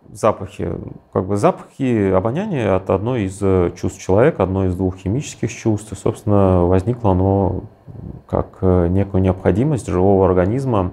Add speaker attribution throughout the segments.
Speaker 1: запахи. Запахи, обоняние — это одно из чувств человека, одно из двух химических чувств. И, собственно, возникло оно как некая необходимость живого организма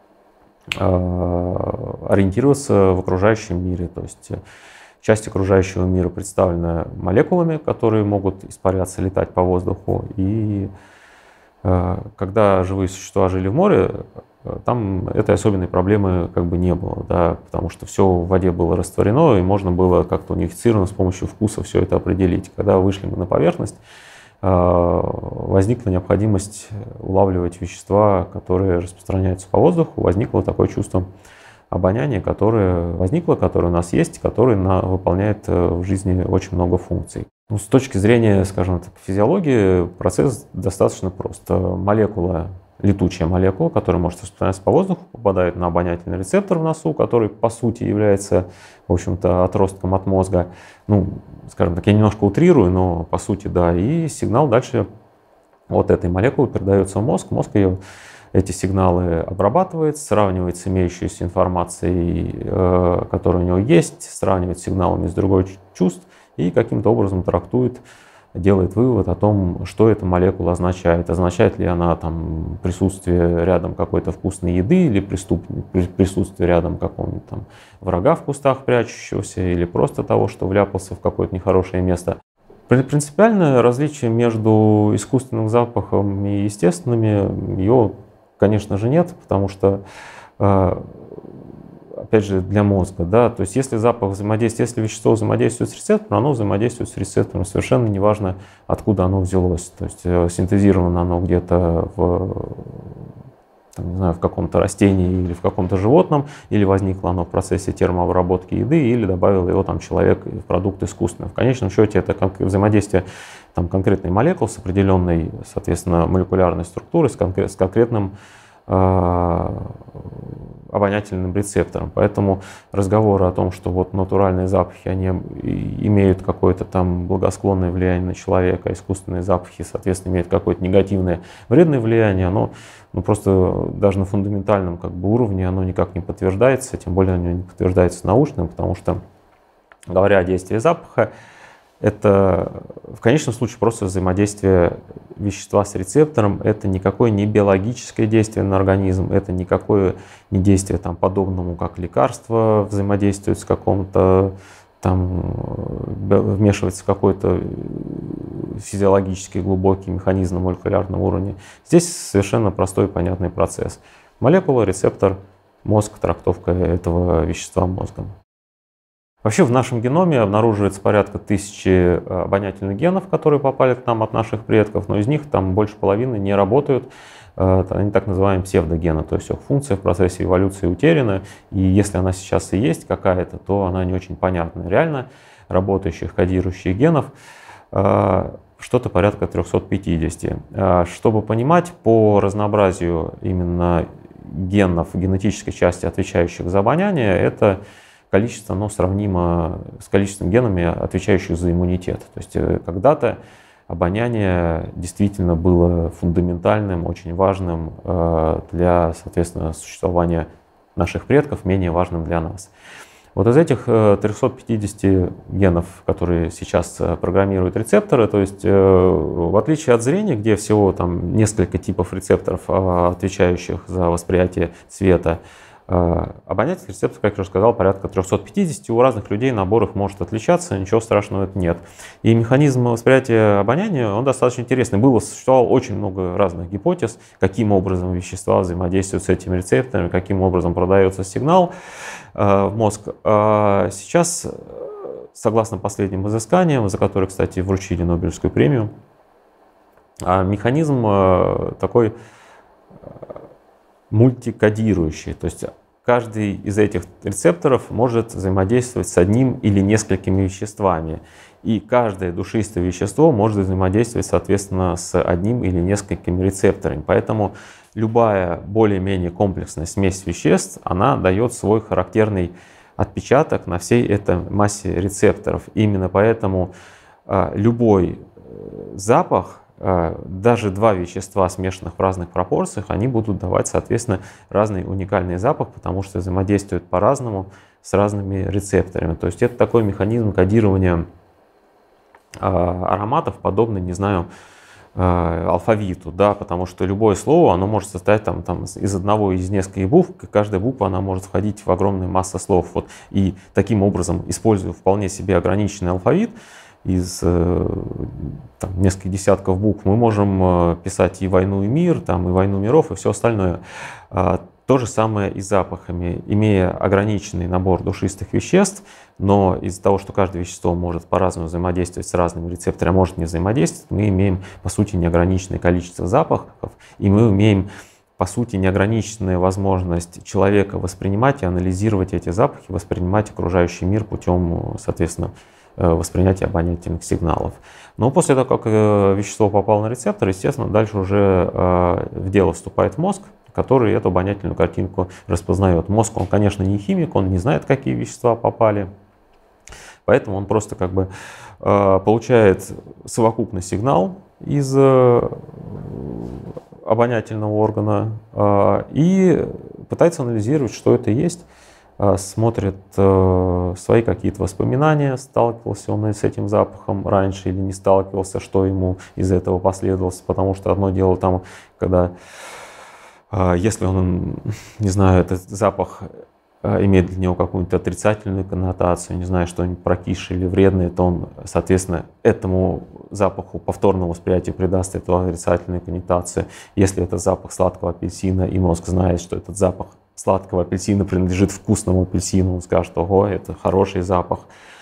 Speaker 1: ориентироваться в окружающем мире. То есть часть окружающего мира представлена молекулами, которые могут испаряться, летать по воздуху. И когда живые существа жили в море, там этой особенной проблемы не было, да, потому что все в воде было растворено, и можно было как-то унифицированно с помощью вкуса все это определить. Когда вышли мы на поверхность, возникла необходимость улавливать вещества, которые распространяются по воздуху. Возникло такое чувство обоняния, которое возникло, которое у нас есть, которое выполняет в жизни очень много функций. С точки зрения, скажем так, физиологии, процесс достаточно прост. Молекула, летучая молекула, которая может распространяться по воздуху, попадает на обонятельный рецептор в носу, который по сути является, в общем-то, отростком от мозга. Скажем так, я немножко утрирую, но по сути, да. И сигнал дальше от этой молекулы передается в мозг. Мозг эти сигналы обрабатывает, сравнивает с имеющейся информацией, которая у него есть, сравнивает с сигналами с другой чувств и каким-то образом трактует, делает вывод о том, что эта молекула означает. Означает ли она присутствие рядом какой-то вкусной еды или присутствие рядом какого-нибудь врага в кустах прячущегося, или просто того, что вляпался в какое-то нехорошее место. Принципиальное различие между искусственным запахом и естественными, ее, конечно же, нет, потому что, опять же, для мозга, да, то есть если запах взаимодействует, если вещество взаимодействует с рецептором, оно взаимодействует с рецептором, совершенно неважно, откуда оно взялось, то есть синтезировано оно где-то в каком-то растении или в каком-то животном, или возникло оно в процессе термообработки еды, или добавил его человек в продукт искусственно. В конечном счете это взаимодействие конкретной молекулы с определенной, соответственно, молекулярной структурой, с конкретным обонятельным рецептором. Поэтому разговоры о том, что натуральные запахи, они имеют какое-то благосклонное влияние на человека, а искусственные запахи, соответственно, имеют какое-то негативное, вредное влияние, оно просто даже на фундаментальном уровне оно никак не подтверждается, тем более оно не подтверждается научно, потому что, говоря о действии запаха, это в конечном случае просто взаимодействие вещества с рецептором, это никакое не биологическое действие на организм, это никакое не действие подобному, как лекарство взаимодействует с каком-то, вмешивается в какой-то физиологический глубокий механизм на молекулярном уровне. Здесь совершенно простой и понятный процесс. Молекула, рецептор, мозг, трактовка этого вещества мозгом. Вообще в нашем геноме обнаруживается порядка 1000 обонятельных генов, которые попали к нам от наших предков, но из них больше половины не работают. Они так называемые псевдогены, то есть их функция в процессе эволюции утеряна, и если она сейчас и есть какая-то, то она не очень понятна. Реально работающих кодирующих генов что-то порядка 350. Чтобы понимать, по разнообразию именно генов генетической части, отвечающих за обоняние, это количество, сравнимо с количеством генами, отвечающих за иммунитет. То есть когда-то обоняние действительно было фундаментальным, очень важным для, соответственно, существования наших предков, менее важным для нас. Вот из этих 350 генов, которые сейчас программируют рецепторы, то есть в отличие от зрения, где всего несколько типов рецепторов, отвечающих за восприятие цвета, обонятельных рецепторов, как я уже сказал, порядка 350. У разных людей набор их может отличаться, ничего страшного это нет. И механизм восприятия обоняния, он достаточно интересный. Существовало очень много разных гипотез, каким образом вещества взаимодействуют с этими рецепторами, каким образом продается сигнал в мозг. Сейчас, согласно последним изысканиям, за которые, кстати, вручили Нобелевскую премию, механизм такой мультикодирующий, то есть каждый из этих рецепторов может взаимодействовать с одним или несколькими веществами, и каждое душистое вещество может взаимодействовать, соответственно, с одним или несколькими рецепторами. Поэтому любая более-менее комплексная смесь веществ, она дает свой характерный отпечаток на всей этой массе рецепторов. Именно поэтому любой запах, даже два вещества, смешанных в разных пропорциях, они будут давать, соответственно, разный уникальный запах, потому что взаимодействуют по-разному с разными рецепторами. То есть это такой механизм кодирования ароматов, подобный, не знаю, алфавиту, да, потому что любое слово, оно может состоять там из одного, из нескольких букв, и каждая буква, она может входить в огромную массу слов. Вот. И таким образом, используя вполне себе ограниченный алфавит, из нескольких десятков букв, мы можем писать и «Войну и мир», и «Войну миров», и все остальное. То же самое и с запахами. Имея ограниченный набор душистых веществ, но из-за того, что каждое вещество может по-разному взаимодействовать с разными рецепторами, а может не взаимодействовать, мы имеем, по сути, неограниченное количество запахов, и мы имеем, по сути, неограниченная возможность человека воспринимать и анализировать эти запахи, воспринимать окружающий мир путем, соответственно, воспринятия обонятельных сигналов. Но после того, как вещество попало на рецептор, естественно, дальше уже в дело вступает мозг, который эту обонятельную картинку распознает. Мозг, он, конечно, не химик, он не знает, какие вещества попали, поэтому он просто получает совокупный сигнал из обонятельного органа и пытается анализировать, что это есть, смотрит свои какие-то воспоминания, сталкивался он с этим запахом раньше или не сталкивался, что ему из этого последовало, потому что одно дело когда если он, не знаю, этот запах имеет для него какую-то отрицательную коннотацию, не знаю, что-нибудь прокисшее или вредное, то он, соответственно, этому запаху повторного восприятия придаст эту отрицательную коннотацию. Если это запах сладкого апельсина, и мозг знает, что этот запах сладкого апельсина принадлежит вкусному апельсину, он скажет: ого, это хороший запах.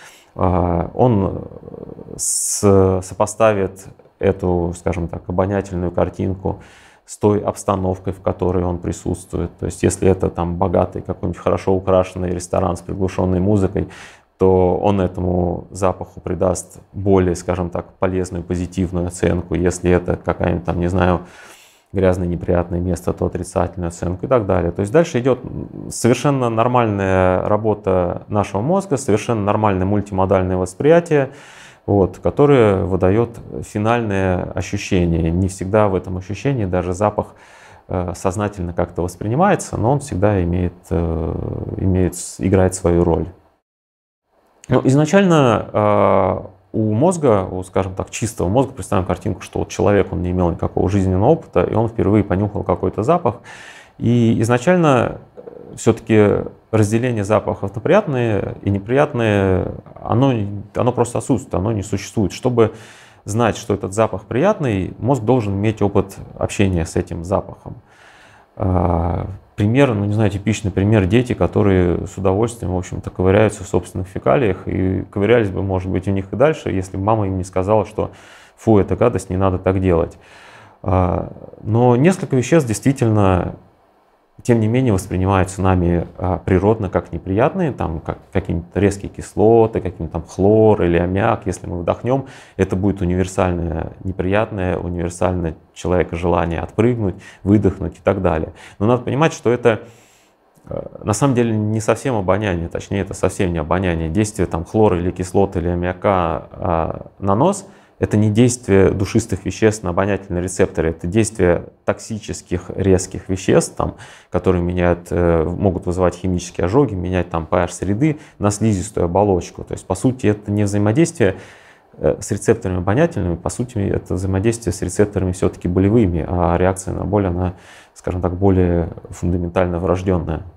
Speaker 1: Он сопоставит эту, скажем так, обонятельную картинку с той обстановкой, в которой он присутствует. То есть если это богатый, какой-нибудь хорошо украшенный ресторан с приглушенной музыкой, то он этому запаху придаст более, скажем так, полезную, позитивную оценку. Если это какая-нибудь не знаю, грязное, неприятное место, то отрицательную оценку и так далее. То есть дальше идет совершенно нормальная работа нашего мозга, совершенно нормальное мультимодальное восприятие, которое выдает финальное ощущение. Не всегда в этом ощущении даже запах сознательно как-то воспринимается, но он всегда играет свою роль. Изначально у мозга, скажем так, чистого мозга, представим картинку, что человек, он не имел никакого жизненного опыта, и он впервые понюхал какой-то запах. И изначально все-таки разделение запахов на приятные и неприятные, оно просто отсутствует, оно не существует. Чтобы знать, что этот запах приятный, мозг должен иметь опыт общения с этим запахом. Пример, не знаю, типичный пример: дети, которые с удовольствием, в общем-то, ковыряются в собственных фекалиях, и ковырялись бы, может быть, у них и дальше, если бы мама им не сказала, что фу, это гадость, не надо так делать. Но несколько веществ действительно, тем не менее, воспринимаются нами природно как неприятные, как какие-нибудь резкие кислоты, какие-нибудь хлор или аммиак. Если мы вдохнем, это будет универсальное неприятное, универсальное человека желание отпрыгнуть, выдохнуть и так далее. Но надо понимать, что это на самом деле не совсем обоняние, точнее, это совсем не обоняние. Действие хлора или кислоты или аммиака на нос — это не действие душистых веществ на обонятельные рецепторы, это действие токсических резких веществ, которые могут вызывать химические ожоги, менять pH среды на слизистую оболочку. То есть, по сути, это не взаимодействие с рецепторами обонятельными, по сути, это взаимодействие с рецепторами все-таки болевыми, а реакция на боль, она, скажем так, более фундаментально врожденная.